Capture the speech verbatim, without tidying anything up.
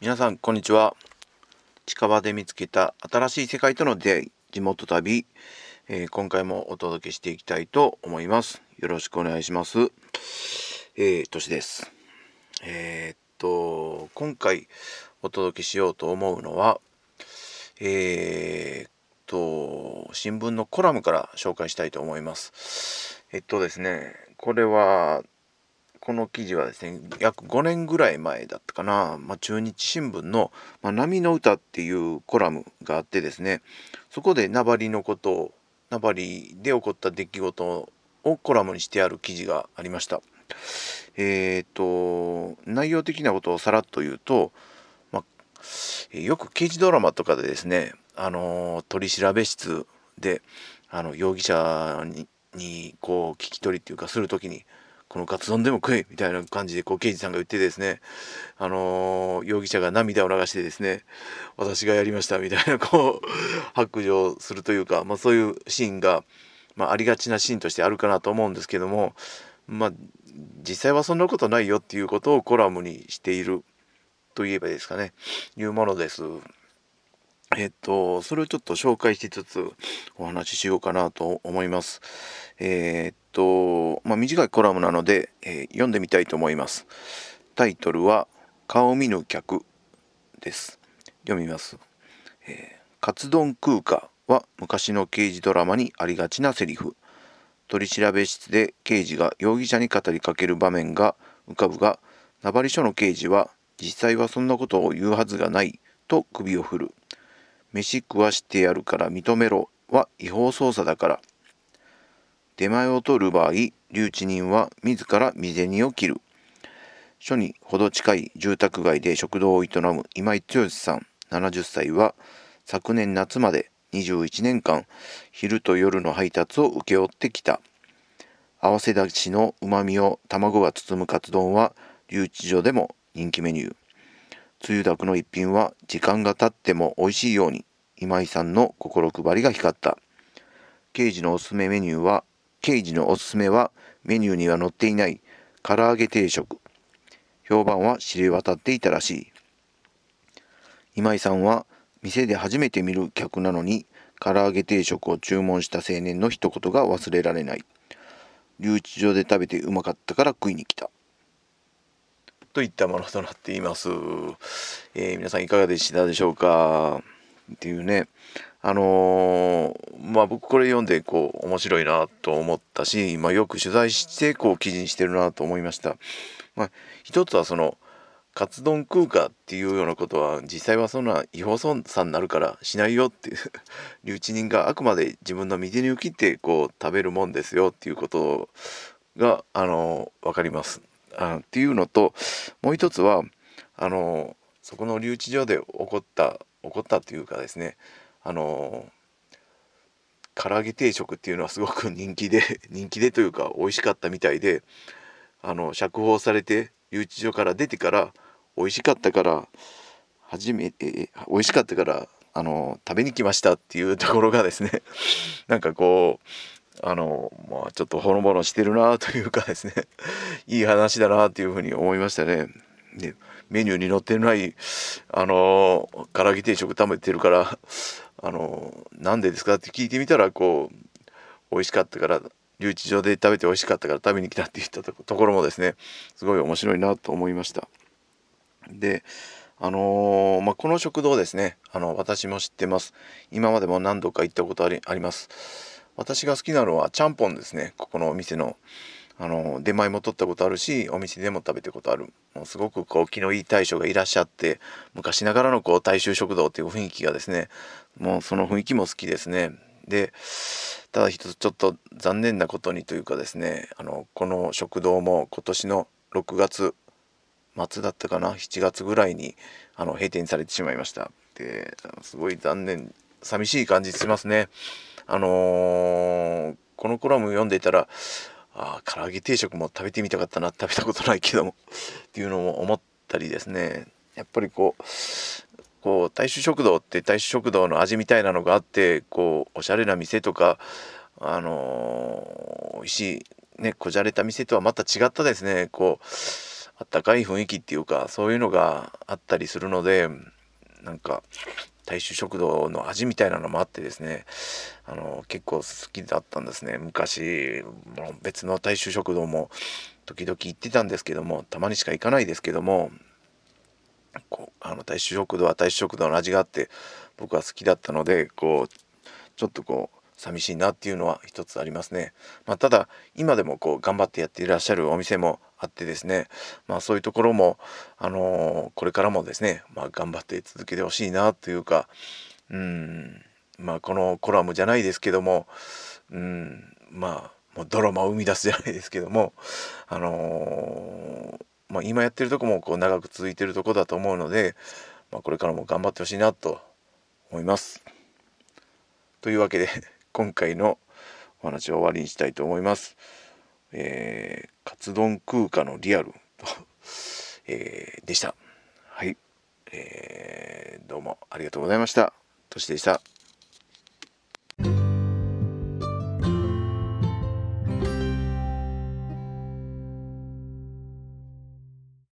皆さんこんにちは。近場で見つけた新しい世界との出会い、地元旅、えー今回もお届けしていきたいと思います。よろしくお願いします。えー、としです。えー、っと今回お届けしようと思うのは、えー、っと新聞のコラムから紹介したいと思います。えっとですね、これはこの記事はですね、約ごねんぐらい前だったかな、まあ、中日新聞の、まあ、波の歌っていうコラムがあってですね、そこで名張のことを、名張で起こった出来事をコラムにしてある記事がありました。えっと、内容的なことをさらっと言うと、まあ、よく刑事ドラマとかでですね、あの取り調べ室であの容疑者ににこう聞き取りっていうかするときに、このカツ丼でも食えみたいな感じでこう刑事さんが言ってですね、あのー容疑者が涙を流してですね、私がやりましたみたいなこう白状するというか、まあ、そういうシーンが、まあ、ありがちなシーンとしてあるかなと思うんですけども、まあ実際はそんなことないよっていうことをコラムにしているといえばいいですかね、いうものです。えっと、それをちょっと紹介しつつお話ししようかなと思います。えっと、まあ、短いコラムなので、えー読んでみたいと思います。タイトルは、顔見ぬ客です。読みます。えーカツ丼食うかは昔の刑事ドラマにありがちなセリフ。取り調べ室で刑事が容疑者に語りかける場面が浮かぶが、名張署の刑事は実際はそんなことを言うはずがないと首を振る。飯食わしてやるから認めろは違法捜査だから。出前を取る場合、留置人は自ら身銭を切る。署にほど近い住宅街で食堂を営む今井剛さんななじゅっさいは、昨年夏までにじゅういちねんかん昼と夜の配達を請け負ってきた。合わせだしのうまみを卵が包むカツ丼は留置所でも人気メニュー。つゆだくの一品は時間が経っても美味しいように今井さんの心配りが光った。刑事のおすすめメニューは刑事のおすすめはメニューには載っていない唐揚げ定食。評判は知れ渡っていたらしい。今井さんは店で初めて見る客なのに唐揚げ定食を注文した青年の一言が忘れられない。留置所で食べてうまかったから食いに来た。といったものとなっています。えー皆さんいかがでしたでしょうかっていうね。あのーまあ僕これ読んでこう面白いなと思ったし、まあ、よく取材してこう記事にしてるなと思いました。まあ、一つはそのカツ丼食うかっていうようなことは実際はそんな違法捜査になるからしないよっていう留置人があくまで自分の身銭を切ってこう食べるもんですよっていうことがあの分かります。あっていうのと、もう一つはあのそこの留置所で起こった起こったっていうかですね、あの唐揚げ定食っていうのはすごく人気で人気でというか美味しかったみたいで、あの釈放されて留置所から出てから美味しかったから初めて美味しかったからあの食べに来ましたっていうところがですねなんかこうあのまあちょっとほのぼのしてるなというかですねいい話だなっていうふうに思いましたね。でメニューに載ってないあの唐揚げ定食食べてるからあのなんでですかって聞いてみたら、こう美味しかったから留置場で食べて美味しかったから食べに来たって言ったところもですね、すごい面白いなと思いました。であのーまあ、この食堂ですね、あの私も知ってます。今までも何度か行ったことあり、あります。私が好きなのはちゃんぽんですね。ここのお店のあの出前も取ったことあるし、お店でも食べたことある。もうすごくこう気のいい大将がいらっしゃって、昔ながらのこう大衆食堂っていう雰囲気がですね、もうその雰囲気も好きですね。でただ一つちょっと残念なことにというかですね、あのこの食堂も今年のろくがつ末だったかな、しちがつぐらいにあの閉店されてしまいました。ですごい残念、寂しい感じしますね。あのーこのコラム読んでいたら、あー唐揚げ定食も食べてみたかったな、食べたことないけどもっていうのも思ったりですね。やっぱりこうこう大衆食堂って大衆食堂の味みたいなのがあって、こうおしゃれな店とかあのー美味しいねこじゃれた店とはまた違ったですね、こうあったかい雰囲気っていうか、そういうのがあったりするので、なんか大衆食堂の味みたいなのもあってですね、あの結構好きだったんですね。昔もう別の大衆食堂も時々行ってたんですけども、たまにしか行かないですけども、こうあの大衆食堂は大衆食堂の味があって僕は好きだったので、こうちょっとこう寂しいなっていうのは一つありますね。まあ、ただ今でもこう頑張ってやっていらっしゃるお店もあってですね、まあ、そういうところも、あのーこれからもですね、まあ、頑張って続けてほしいなというか、うん、まあこのコラムじゃないですけども、うん、まあもうドラマを生み出すじゃないですけども、あのーまあ、今やってるとこもこう長く続いてるとこだと思うので、まあ、これからも頑張ってほしいなと思います。というわけで今回のお話を終わりにしたいと思います。えー、カツ丼空間のリアルと、えー、でした。はい、えー、どうもありがとうございました。としでした。